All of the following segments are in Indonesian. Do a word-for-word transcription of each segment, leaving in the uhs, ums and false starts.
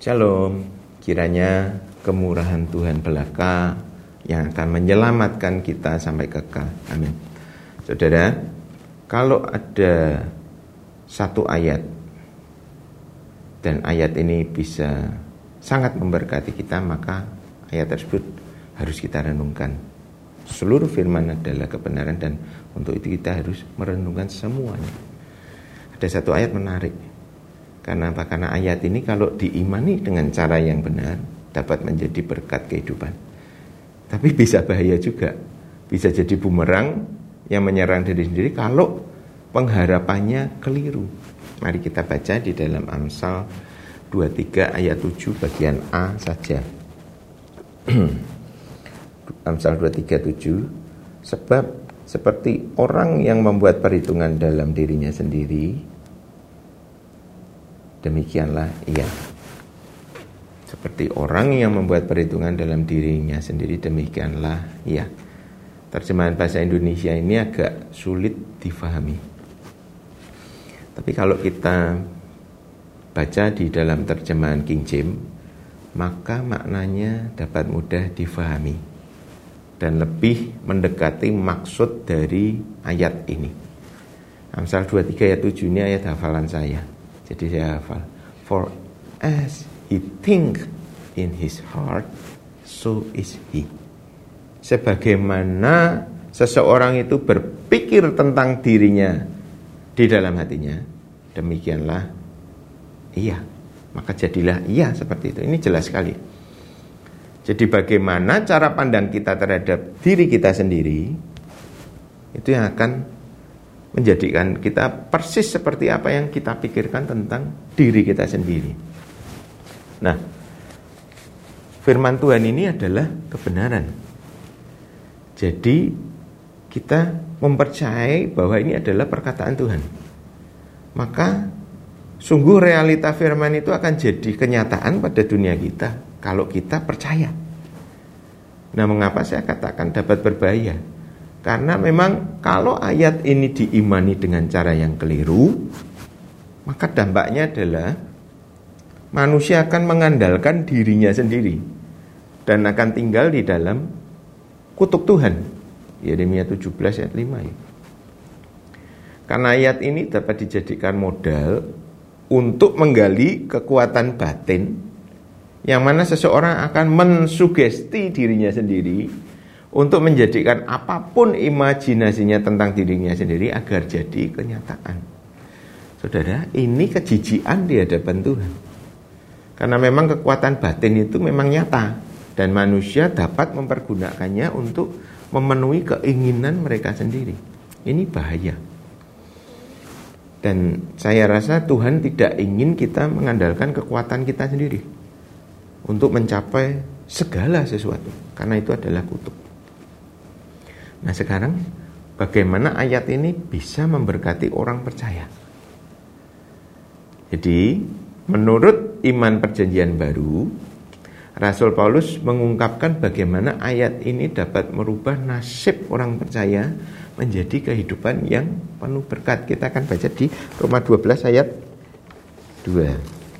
Shalom, kiranya kemurahan Tuhan belaka yang akan menyelamatkan kita sampai kekal. Amin. Saudara, kalau ada satu ayat dan ayat ini bisa sangat memberkati kita, maka ayat tersebut harus kita renungkan. Seluruh firman adalah kebenaran dan untuk itu kita harus merenungkan semuanya. Ada satu ayat menarik. Karena apa? Karena ayat ini kalau diimani dengan cara yang benar dapat menjadi berkat kehidupan. Tapi bisa bahaya juga. Bisa jadi bumerang yang menyerang diri sendiri kalau pengharapannya keliru. Mari kita baca di dalam Amsal dua puluh tiga ayat tujuh bagian A saja. Amsal dua puluh tiga tujuh. Sebab seperti orang yang membuat perhitungan dalam dirinya sendiri, demikianlah ia. Seperti orang yang membuat perhitungan dalam dirinya sendiri, demikianlah ia. Terjemahan bahasa Indonesia ini agak sulit difahami. Tapi kalau kita baca di dalam terjemahan King James, maka maknanya dapat mudah difahami dan lebih mendekati maksud dari ayat ini. Amsal dua puluh tiga ayat tujuh ini ayat hafalan saya. Jadi saya hafal. For as he think in his heart, so is he. Sebagaimana seseorang itu berpikir tentang dirinya di dalam hatinya, demikianlah ia. Maka jadilah ia seperti itu. Ini jelas sekali. Jadi bagaimana cara pandang kita terhadap diri kita sendiri, itu yang akan menjadikan kita persis seperti apa yang kita pikirkan tentang diri kita sendiri. Nah, firman Tuhan ini adalah kebenaran. Jadi kita mempercayai bahwa ini adalah perkataan Tuhan. Maka sungguh realita firman itu akan jadi kenyataan pada dunia kita kalau kita percaya. Nah, mengapa saya katakan dapat berbahaya? Karena memang kalau ayat ini diimani dengan cara yang keliru, maka dampaknya adalah manusia akan mengandalkan dirinya sendiri dan akan tinggal di dalam kutuk Tuhan. Yeremia tujuh belas ayat lima ya. Karena ayat ini dapat dijadikan modal untuk menggali kekuatan batin, yang mana seseorang akan mensugesti dirinya sendiri untuk menjadikan apapun imajinasinya tentang dirinya sendiri agar jadi kenyataan. Saudara, ini kejijian di hadapan Tuhan. Karena memang kekuatan batin itu memang nyata dan manusia dapat mempergunakannya untuk memenuhi keinginan mereka sendiri. Ini bahaya. Dan saya rasa Tuhan tidak ingin kita mengandalkan kekuatan kita sendiri untuk mencapai segala sesuatu, karena itu adalah kutuk. Nah, sekarang bagaimana ayat ini bisa memberkati orang percaya? Jadi, menurut iman perjanjian baru, Rasul Paulus mengungkapkan bagaimana ayat ini dapat merubah nasib orang percaya menjadi kehidupan yang penuh berkat. Kita akan baca di Roma dua belas ayat dua.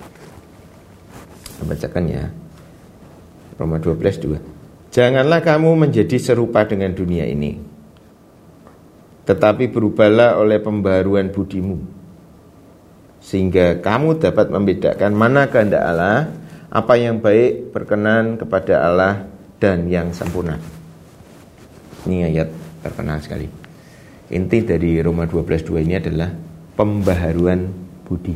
Saya bacakan ya. Roma dua belas dua. Janganlah kamu menjadi serupa dengan dunia ini, tetapi berubahlah oleh pembaruan budimu, sehingga kamu dapat membedakan mana kehendak Allah, apa yang baik, berkenan kepada Allah, dan yang sempurna. Ini ayat terkenal sekali. Inti dari Roma dua belas dua ini adalah pembaharuan budi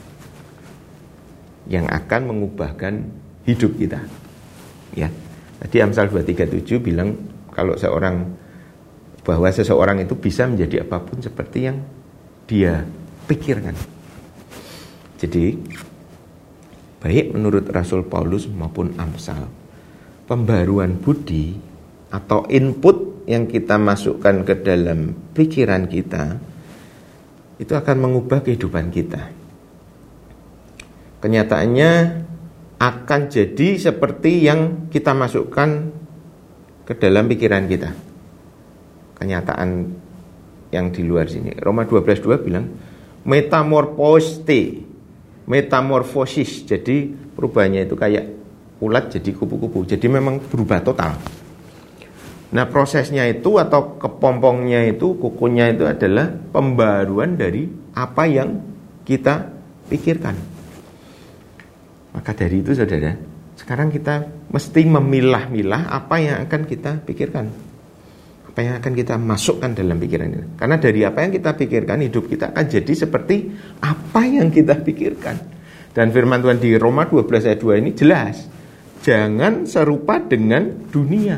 yang akan mengubahkan hidup kita. Ya. Tadi Amsal dua puluh tiga tujuh bilang kalau seorang bahwa seseorang itu bisa menjadi apapun seperti yang dia pikirkan. Jadi baik menurut Rasul Paulus maupun Amsal, pembaruan budi atau input yang kita masukkan ke dalam pikiran kita itu akan mengubah kehidupan kita. Kenyataannya akan jadi seperti yang kita masukkan ke dalam pikiran kita. Kenyataan yang di luar sini. Roma dua belas dua bilang metamorphoste metamorfosis. Jadi perubahannya itu kayak ulat jadi kupu-kupu. Jadi memang berubah total. Nah prosesnya itu atau kepompongnya itu, kukunya itu adalah pembaruan dari apa yang kita pikirkan. Maka dari itu saudara, sekarang kita mesti memilah-milah apa yang akan kita pikirkan, apa yang akan kita masukkan dalam pikiran ini. Karena dari apa yang kita pikirkan, hidup kita akan jadi seperti apa yang kita pikirkan. Dan firman Tuhan di Roma dua belas ayat dua ini jelas, jangan serupa dengan dunia.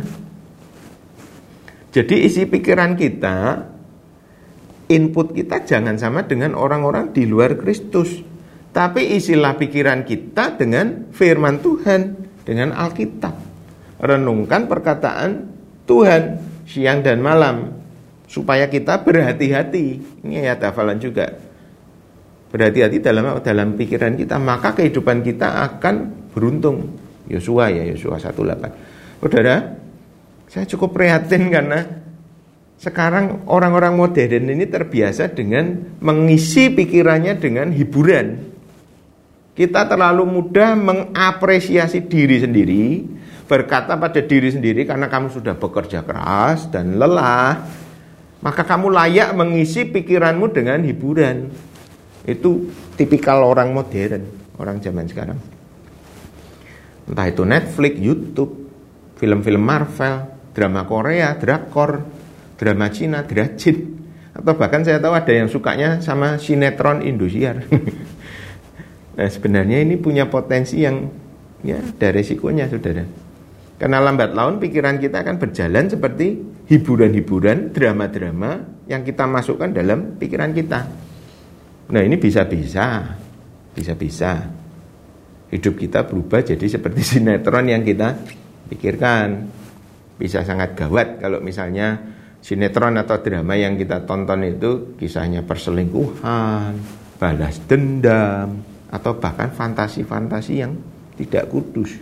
Jadi isi pikiran kita, input kita jangan sama dengan orang-orang di luar Kristus. Tapi isilah pikiran kita dengan firman Tuhan, dengan Alkitab. Renungkan perkataan Tuhan siang dan malam, supaya kita berhati-hati. Ini ayat hafalan juga. Berhati-hati dalam dalam pikiran kita, maka kehidupan kita akan beruntung. Yosua ya, Yosua satu delapan. Saudara, saya cukup prihatin karena sekarang orang-orang modern ini terbiasa dengan mengisi pikirannya dengan hiburan. Kita terlalu mudah mengapresiasi diri sendiri, berkata pada diri sendiri karena kamu sudah bekerja keras dan lelah, maka kamu layak mengisi pikiranmu dengan hiburan. Itu tipikal orang modern, orang zaman sekarang. Entah itu Netflix, YouTube, film-film Marvel, drama Korea, drakor, drama Cina, drajin, atau bahkan saya tahu ada yang sukanya sama sinetron Indosiar. Nah sebenarnya ini punya potensi yang ya ada resikonya saudara. Karena lambat laun pikiran kita akan berjalan seperti hiburan-hiburan, drama-drama yang kita masukkan dalam pikiran kita. Nah ini bisa-bisa, bisa-bisa hidup kita berubah jadi seperti sinetron yang kita pikirkan. Bisa sangat gawat kalau misalnya sinetron atau drama yang kita tonton itu kisahnya perselingkuhan, balas dendam, atau bahkan fantasi-fantasi yang tidak kudus.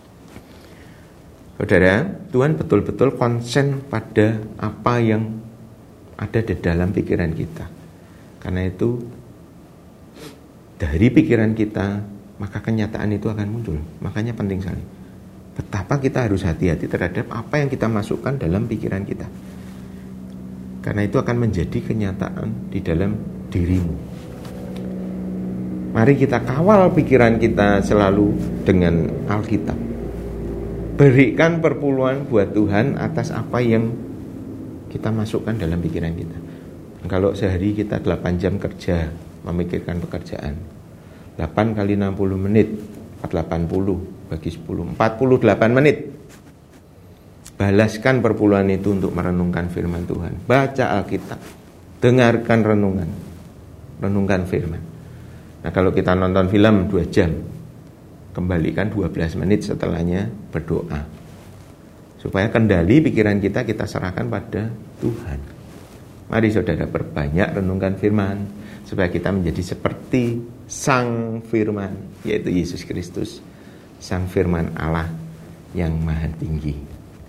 Saudara, Tuhan betul-betul konsen pada apa yang ada di dalam pikiran kita. Karena itu dari pikiran kita maka kenyataan itu akan muncul. Makanya penting sekali betapa kita harus hati-hati terhadap apa yang kita masukkan dalam pikiran kita. Karena itu akan menjadi kenyataan di dalam dirimu. Mari kita kawal pikiran kita selalu dengan Alkitab. Berikan perpuluhan buat Tuhan atas apa yang kita masukkan dalam pikiran kita. Kalau sehari kita delapan jam kerja memikirkan pekerjaan, delapan kali enam puluh menit, empat ratus delapan puluh bagi sepuluh, empat puluh delapan menit. Balaskan perpuluhan itu untuk merenungkan firman Tuhan. Baca Alkitab, dengarkan renungan, renungkan firman. Nah kalau kita nonton film dua jam, kembalikan dua belas menit setelahnya berdoa. Supaya kendali pikiran kita kita serahkan pada Tuhan. Mari saudara perbanyak renungkan firman, supaya kita menjadi seperti Sang Firman, yaitu Yesus Kristus, Sang Firman Allah yang maha tinggi.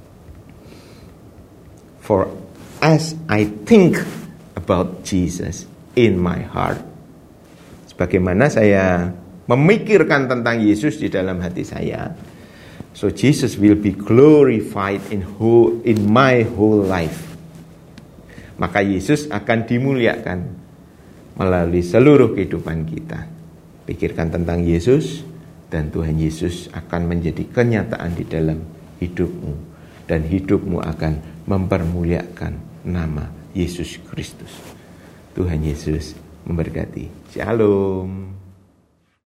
For as I think about Jesus in my heart, sebagaimana saya memikirkan tentang Yesus di dalam hati saya, so Jesus will be glorified in whole, in my whole life. Maka Yesus akan dimuliakan melalui seluruh kehidupan kita. Pikirkan tentang Yesus, dan Tuhan Yesus akan menjadi kenyataan di dalam hidupmu, dan hidupmu akan mempermuliakan nama Yesus Kristus. Tuhan Yesus memberkati. Shalom.